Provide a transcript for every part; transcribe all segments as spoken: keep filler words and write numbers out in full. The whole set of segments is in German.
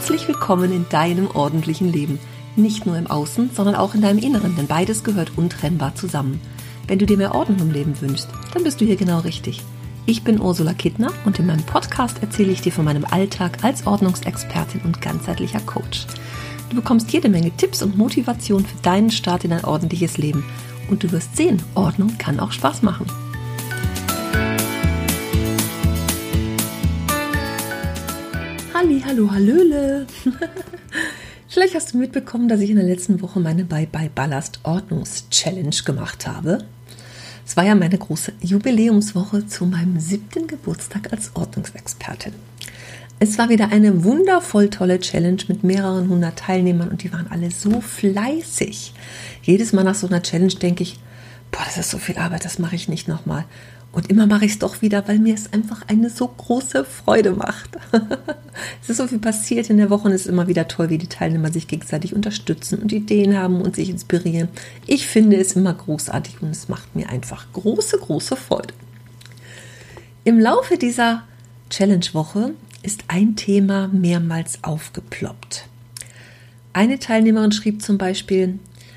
Herzlich willkommen in deinem ordentlichen Leben. Nicht nur im Außen, sondern auch in deinem Inneren, denn beides gehört untrennbar zusammen. Wenn du dir mehr Ordnung im Leben wünschst, dann bist du hier genau richtig. Ich bin Ursula Kittner und in meinem Podcast erzähle ich dir von meinem Alltag als Ordnungsexpertin und ganzheitlicher Coach. Du bekommst jede Menge Tipps und Motivation für deinen Start in ein ordentliches Leben. Und du wirst sehen, Ordnung kann auch Spaß machen. Halli, hallo, hallöle. Vielleicht hast du mitbekommen, dass ich in der letzten Woche meine Bye-Bye-Ballast-Ordnungs-Challenge gemacht habe. Es war ja meine große Jubiläumswoche zu meinem siebten Geburtstag als Ordnungsexpertin. Es war wieder eine wundervoll tolle Challenge mit mehreren hundert Teilnehmern und die waren alle so fleißig. Jedes Mal nach so einer Challenge denke ich, boah, das ist so viel Arbeit, das mache ich nicht nochmal. Und immer mache ich es doch wieder, weil mir es einfach eine so große Freude macht. Es ist so viel passiert in der Woche und es ist immer wieder toll, wie die Teilnehmer sich gegenseitig unterstützen und Ideen haben und sich inspirieren. Ich finde es immer großartig und es macht mir einfach große, große Freude. Im Laufe dieser Challenge-Woche ist ein Thema mehrmals aufgeploppt. Eine Teilnehmerin schrieb zum Beispiel: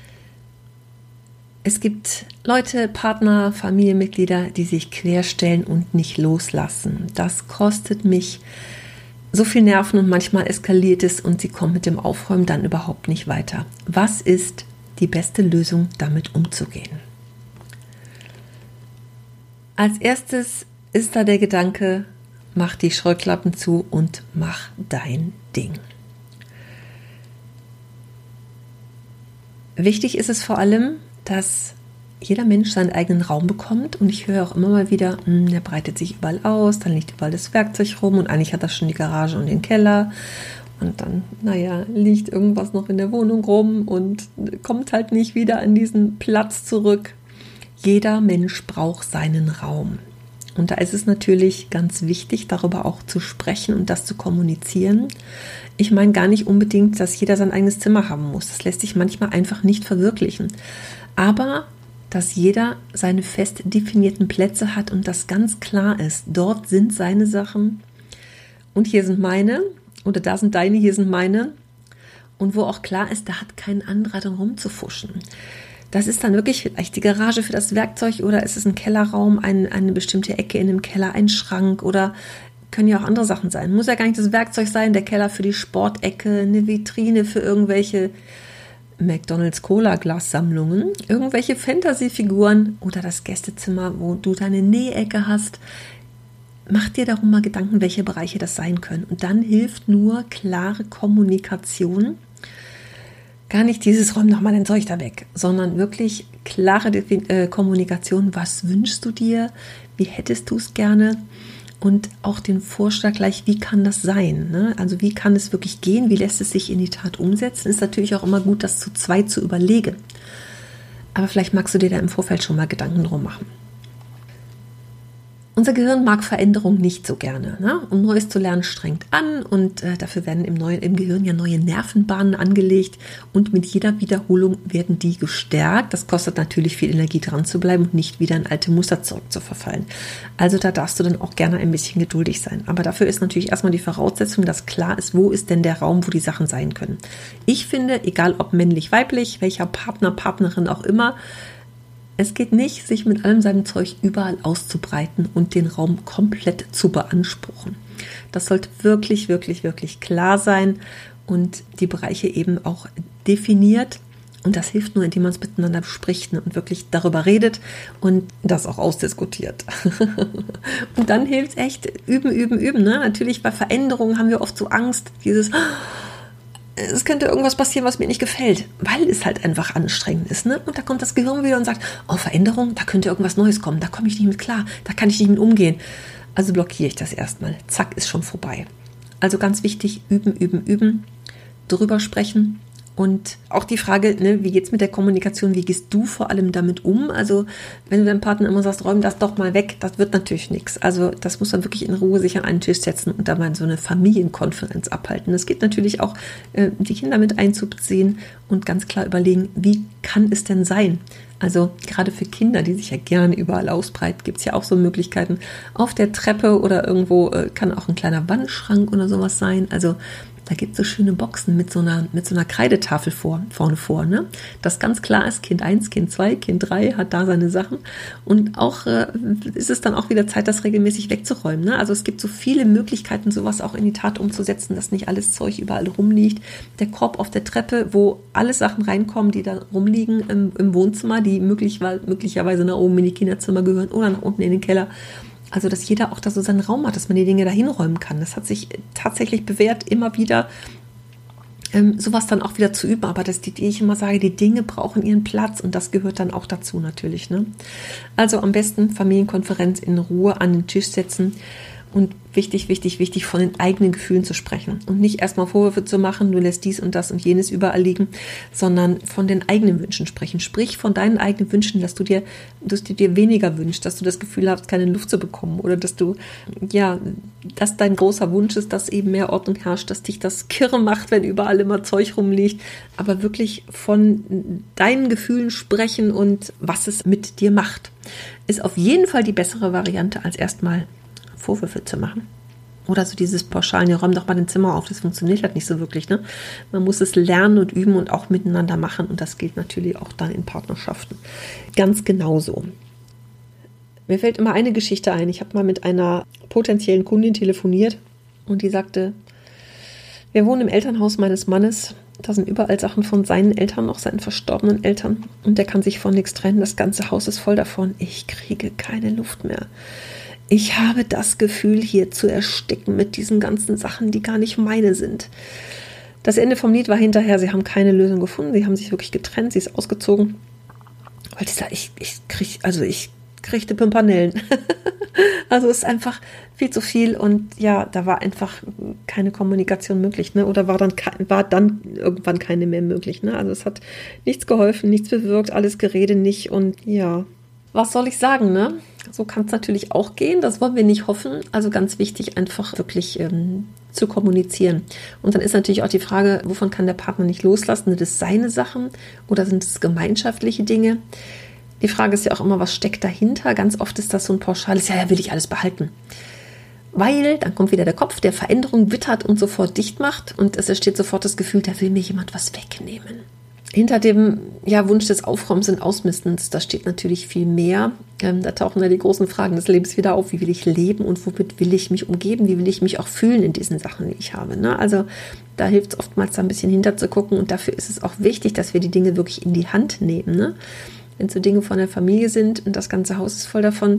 Es gibt Leute, Partner, Familienmitglieder, die sich querstellen und nicht loslassen. Das kostet mich so viel Nerven und manchmal eskaliert es und sie kommen mit dem Aufräumen dann überhaupt nicht weiter. Was ist die beste Lösung, damit umzugehen? Als erstes ist da der Gedanke, mach die Scheuklappen zu und mach dein Ding. Wichtig ist es vor allem, dass jeder Mensch seinen eigenen Raum bekommt und ich höre auch immer mal wieder, mh, der breitet sich überall aus, dann liegt überall das Werkzeug rum und eigentlich hat er schon die Garage und den Keller und dann, naja, liegt irgendwas noch in der Wohnung rum und kommt halt nicht wieder an diesen Platz zurück. Jeder Mensch braucht seinen Raum. Und da ist es natürlich ganz wichtig, darüber auch zu sprechen und das zu kommunizieren. Ich meine gar nicht unbedingt, dass jeder sein eigenes Zimmer haben muss. Das lässt sich manchmal einfach nicht verwirklichen. Aber dass jeder seine fest definierten Plätze hat und das ganz klar ist, dort sind seine Sachen und hier sind meine oder da sind deine, hier sind meine. Und wo auch klar ist, da hat kein anderer drin rumzufuschen. Das ist dann wirklich vielleicht die Garage für das Werkzeug oder ist es ein Kellerraum, ein, eine bestimmte Ecke in dem Keller, ein Schrank oder können ja auch andere Sachen sein. Muss ja gar nicht das Werkzeug sein, der Keller für die Sportecke, eine Vitrine für irgendwelche McDonald's-Cola-Glassammlungen, irgendwelche Fantasy-Figuren oder das Gästezimmer, wo du deine Nähecke hast. Mach dir darum mal Gedanken, welche Bereiche das sein können. Und dann hilft nur klare Kommunikation. Gar nicht dieses, räum doch mal dein Zeug da weg, sondern wirklich klare äh, Kommunikation. Was wünschst du dir? Wie hättest du es gerne? Und auch den Vorschlag gleich, wie kann das sein? Ne? Also wie kann es wirklich gehen? Wie lässt es sich in die Tat umsetzen? Ist natürlich auch immer gut, das zu zweit zu überlegen. Aber vielleicht magst du dir da im Vorfeld schon mal Gedanken drum machen. Unser Gehirn mag Veränderung nicht so gerne. Ne? Um Neues zu lernen, strengt an und äh, dafür werden im, neuen, im Gehirn ja neue Nervenbahnen angelegt und mit jeder Wiederholung werden die gestärkt. Das kostet natürlich viel Energie, dran zu bleiben und nicht wieder in alte Muster zurückzuverfallen. Also da darfst du dann auch gerne ein bisschen geduldig sein. Aber dafür ist natürlich erstmal die Voraussetzung, dass klar ist, wo ist denn der Raum, wo die Sachen sein können. Ich finde, egal ob männlich, weiblich, welcher Partner, Partnerin auch immer, es geht nicht, sich mit allem seinem Zeug überall auszubreiten und den Raum komplett zu beanspruchen. Das sollte wirklich, wirklich, wirklich klar sein und die Bereiche eben auch definiert. Und das hilft nur, indem man es miteinander bespricht und wirklich darüber redet und das auch ausdiskutiert. Und dann hilft es echt, üben, üben, üben. Ne? Natürlich bei Veränderungen haben wir oft so Angst, dieses... es könnte irgendwas passieren, was mir nicht gefällt, weil es halt einfach anstrengend ist. Ne? Und da kommt das Gehirn wieder und sagt, oh, Veränderung, da könnte irgendwas Neues kommen, da komme ich nicht mit klar, da kann ich nicht mit umgehen. Also blockiere ich das erstmal. Zack, ist schon vorbei. Also ganz wichtig, üben, üben, üben, drüber sprechen. Und auch die Frage, ne, wie geht's mit der Kommunikation, wie gehst du vor allem damit um? Also wenn du deinem Partner immer sagst, räum das doch mal weg, das wird natürlich nichts. Also das muss man wirklich in Ruhe sich an einen Tisch setzen und da mal so eine Familienkonferenz abhalten. Es geht natürlich auch, äh, die Kinder mit einzubeziehen und ganz klar überlegen, wie kann es denn sein? Also gerade für Kinder, die sich ja gerne überall ausbreiten, gibt es ja auch so Möglichkeiten. Auf der Treppe oder irgendwo äh, kann auch ein kleiner Wandschrank oder sowas sein. Also Da gibt es so schöne Boxen mit so einer, mit so einer Kreidetafel vor, vorne vor, ne? Das ganz klar ist, Kind eins, Kind zwei, Kind drei hat da seine Sachen. Und auch äh, ist es dann auch wieder Zeit, das regelmäßig wegzuräumen, ne? Also es gibt so viele Möglichkeiten, sowas auch in die Tat umzusetzen, dass nicht alles Zeug überall rumliegt. Der Korb auf der Treppe, wo alle Sachen reinkommen, die da rumliegen im, im Wohnzimmer, die möglich, möglicherweise nach oben in die Kinderzimmer gehören oder nach unten in den Keller. Also, dass jeder auch da so seinen Raum hat, dass man die Dinge da hinräumen kann. Das hat sich tatsächlich bewährt, immer wieder ähm, sowas dann auch wieder zu üben. Aber das, die, die ich immer sage, die Dinge brauchen ihren Platz und das gehört dann auch dazu natürlich. Ne? Also am besten Familienkonferenz in Ruhe an den Tisch setzen und wichtig, wichtig, wichtig, von den eigenen Gefühlen zu sprechen und nicht erstmal Vorwürfe zu machen, du lässt dies und das und jenes überall liegen, sondern von den eigenen Wünschen sprechen. Sprich von deinen eigenen Wünschen, dass du dir, dass du dir weniger wünschst, dass du das Gefühl hast, keine Luft zu bekommen oder dass du, ja, dass dein großer Wunsch ist, dass eben mehr Ordnung herrscht, dass dich das kirre macht, wenn überall immer Zeug rumliegt, aber wirklich von deinen Gefühlen sprechen und was es mit dir macht, ist auf jeden Fall die bessere Variante, als erstmal Vorwürfe zu machen. Oder so dieses pauschalen, ja, räum doch mal dein Zimmer auf, das funktioniert halt nicht so wirklich. Ne? Man muss es lernen und üben und auch miteinander machen und das gilt natürlich auch dann in Partnerschaften. Ganz genauso. Mir fällt immer eine Geschichte ein. Ich habe mal mit einer potenziellen Kundin telefoniert und die sagte, wir wohnen im Elternhaus meines Mannes, da sind überall Sachen von seinen Eltern, noch seinen verstorbenen Eltern und der kann sich von nichts trennen, das ganze Haus ist voll davon. Ich kriege keine Luft mehr. Ich habe das Gefühl, hier zu ersticken mit diesen ganzen Sachen, die gar nicht meine sind. Das Ende vom Lied war hinterher, sie haben keine Lösung gefunden, sie haben sich wirklich getrennt, sie ist ausgezogen. Weil ich sage, ich, ich kriege, also ich kriegte Pimpanellen. Also es ist einfach viel zu viel und ja, da war einfach keine Kommunikation möglich, ne? Oder war dann, war dann irgendwann keine mehr möglich, ne? Also es hat nichts geholfen, nichts bewirkt, alles Gerede nicht und ja, was soll ich sagen, ne? So kann es natürlich auch gehen, das wollen wir nicht hoffen. Also ganz wichtig, einfach wirklich ähm, zu kommunizieren. Und dann ist natürlich auch die Frage, wovon kann der Partner nicht loslassen? Sind das seine Sachen oder sind es gemeinschaftliche Dinge? Die Frage ist ja auch immer, was steckt dahinter? Ganz oft ist das so ein pauschales, ja, ja, will ich alles behalten. Weil dann kommt wieder der Kopf, der Veränderung wittert und sofort dicht macht und es entsteht sofort das Gefühl, da will mir jemand was wegnehmen. Hinter dem ja, Wunsch des Aufräumens und Ausmistens, da steht natürlich viel mehr. Ähm, da tauchen ja die großen Fragen des Lebens wieder auf. Wie will ich leben und womit will ich mich umgeben? Wie will ich mich auch fühlen in diesen Sachen, die ich habe? Ne? Also da hilft es oftmals, da ein bisschen hinter zu gucken. Und dafür ist es auch wichtig, dass wir die Dinge wirklich in die Hand nehmen. Ne? Wenn so Dinge von der Familie sind und das ganze Haus ist voll davon,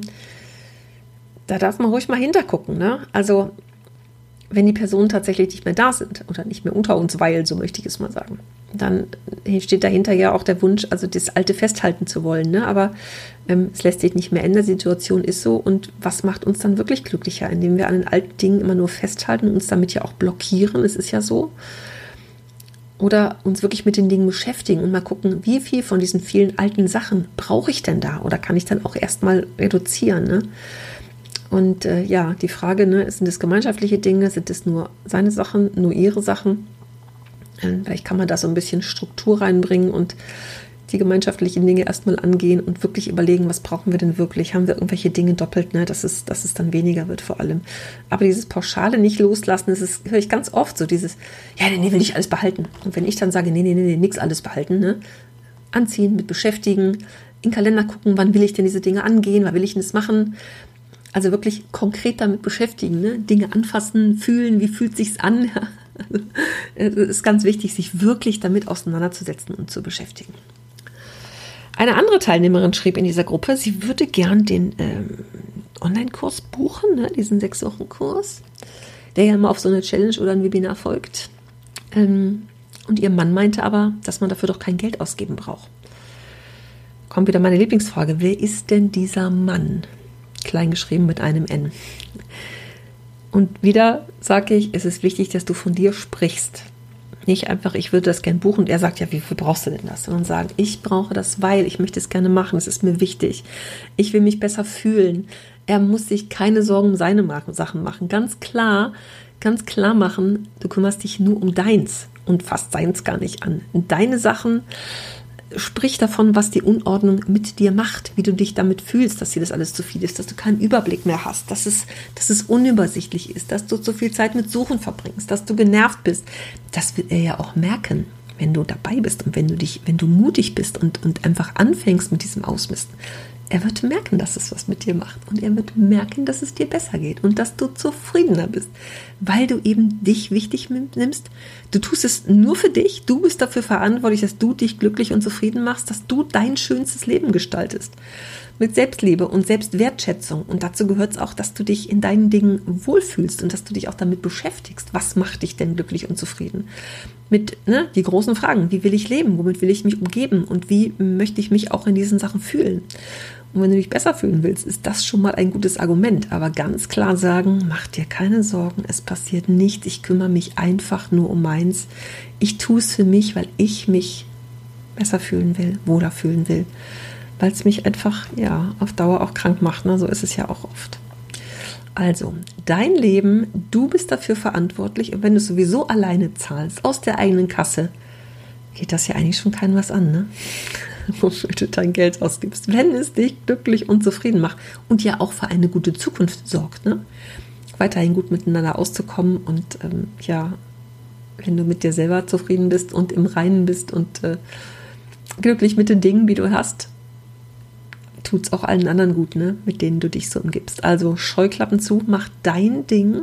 da darf man ruhig mal hintergucken. Ne? Also wenn die Personen tatsächlich nicht mehr da sind oder nicht mehr unter uns weilen, so möchte ich es mal sagen, dann steht dahinter ja auch der Wunsch, also das Alte festhalten zu wollen. Ne? Aber ähm, es lässt sich nicht mehr ändern, die Situation ist so. Und was macht uns dann wirklich glücklicher? Indem wir an den alten Dingen immer nur festhalten und uns damit ja auch blockieren, es ist ja so. Oder uns wirklich mit den Dingen beschäftigen und mal gucken, wie viel von diesen vielen alten Sachen brauche ich denn da? Oder kann ich dann auch erstmal reduzieren? Ne? Und äh, ja, die Frage, ne, sind es gemeinschaftliche Dinge, sind es nur seine Sachen, nur ihre Sachen? Ähm, vielleicht kann man da so ein bisschen Struktur reinbringen und die gemeinschaftlichen Dinge erstmal angehen und wirklich überlegen, was brauchen wir denn wirklich? Haben wir irgendwelche Dinge doppelt, ne, dass es, dass es dann weniger wird vor allem. Aber dieses pauschale nicht loslassen, das ist, höre ich ganz oft so dieses, ja, nee, will ich alles behalten. Und wenn ich dann sage, nee, nee, nee, nee, nix alles behalten, ne, anziehen, mit beschäftigen, in den Kalender gucken, wann will ich denn diese Dinge angehen, wann will ich denn das machen? Also wirklich konkret damit beschäftigen, ne? Dinge anfassen, fühlen, wie fühlt sich's an? Also, es ist ganz wichtig, sich wirklich damit auseinanderzusetzen und zu beschäftigen. Eine andere Teilnehmerin schrieb in dieser Gruppe, sie würde gern den ähm, Online-Kurs buchen, ne? Diesen sechs Wochen Kurs, der ja mal auf so eine Challenge oder ein Webinar folgt. Ähm, und ihr Mann meinte aber, dass man dafür doch kein Geld ausgeben braucht. Kommt wieder meine Lieblingsfrage, wer ist denn dieser Mann? Kleingeschrieben mit einem N. Und wieder sage ich, es ist wichtig, dass du von dir sprichst. Nicht einfach, ich würde das gerne buchen und er sagt, ja, wie viel brauchst du denn das? Sondern sagen, ich brauche das, weil ich möchte es gerne machen, es ist mir wichtig. Ich will mich besser fühlen. Er muss sich keine Sorgen um seine Sachen machen. Ganz klar, ganz klar machen, du kümmerst dich nur um deins und fasst seins gar nicht an. Deine Sachen, sprich davon, was die Unordnung mit dir macht, wie du dich damit fühlst, dass dir das alles zu viel ist, dass du keinen Überblick mehr hast, dass es, dass es unübersichtlich ist, dass du zu viel Zeit mit Suchen verbringst, dass du genervt bist. Das wird er ja auch merken, wenn du dabei bist und wenn du dich, wenn du mutig bist und, und einfach anfängst mit diesem Ausmisten. Er wird merken, dass es was mit dir macht und er wird merken, dass es dir besser geht und dass du zufriedener bist, weil du eben dich wichtig nimmst. Du tust es nur für dich, du bist dafür verantwortlich, dass du dich glücklich und zufrieden machst, dass du dein schönstes Leben gestaltest. Mit Selbstliebe und Selbstwertschätzung. Und dazu gehört es auch, dass du dich in deinen Dingen wohlfühlst und dass du dich auch damit beschäftigst. Was macht dich denn glücklich und zufrieden? Mit ne, die großen Fragen. Wie will ich leben? Womit will ich mich umgeben? Und wie möchte ich mich auch in diesen Sachen fühlen? Und wenn du dich besser fühlen willst, ist das schon mal ein gutes Argument. Aber ganz klar sagen, mach dir keine Sorgen, es passiert nichts. Ich kümmere mich einfach nur um meins. Ich tue es für mich, weil ich mich besser fühlen will, wohler fühlen will. Weil es mich einfach ja auf Dauer auch krank macht. Ne? So ist es ja auch oft. Also, dein Leben, du bist dafür verantwortlich. Und wenn du es sowieso alleine zahlst, aus der eigenen Kasse, geht das ja eigentlich schon keinem was an, ne? Wofür du dein Geld ausgibst. Wenn es dich glücklich und zufrieden macht und ja auch für eine gute Zukunft sorgt, ne? Weiterhin gut miteinander auszukommen und ähm, ja, wenn du mit dir selber zufrieden bist und im Reinen bist und äh, glücklich mit den Dingen, die du hast, tut es auch allen anderen gut, ne, mit denen du dich so umgibst. Also Scheuklappen zu, mach dein Ding.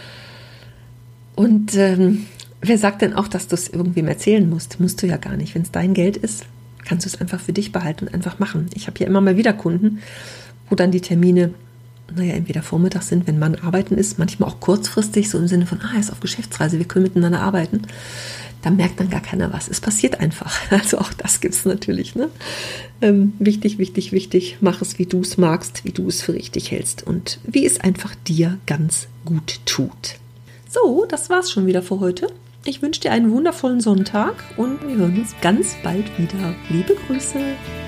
Und ähm, wer sagt denn auch, dass du es irgendwem erzählen musst? Musst du ja gar nicht. Wenn es dein Geld ist, kannst du es einfach für dich behalten und einfach machen. Ich habe ja immer mal wieder Kunden, wo dann die Termine, naja, entweder vormittags sind, wenn man arbeiten ist, manchmal auch kurzfristig, so im Sinne von, ah, er ist auf Geschäftsreise, wir können miteinander arbeiten. Da merkt dann gar keiner was. Es passiert einfach. Also auch das gibt es natürlich. Ne? Ähm, wichtig, wichtig, wichtig. Mach es, wie du es magst, wie du es für richtig hältst und wie es einfach dir ganz gut tut. So, das war's schon wieder für heute. Ich wünsche dir einen wundervollen Sonntag und wir hören uns ganz bald wieder. Liebe Grüße.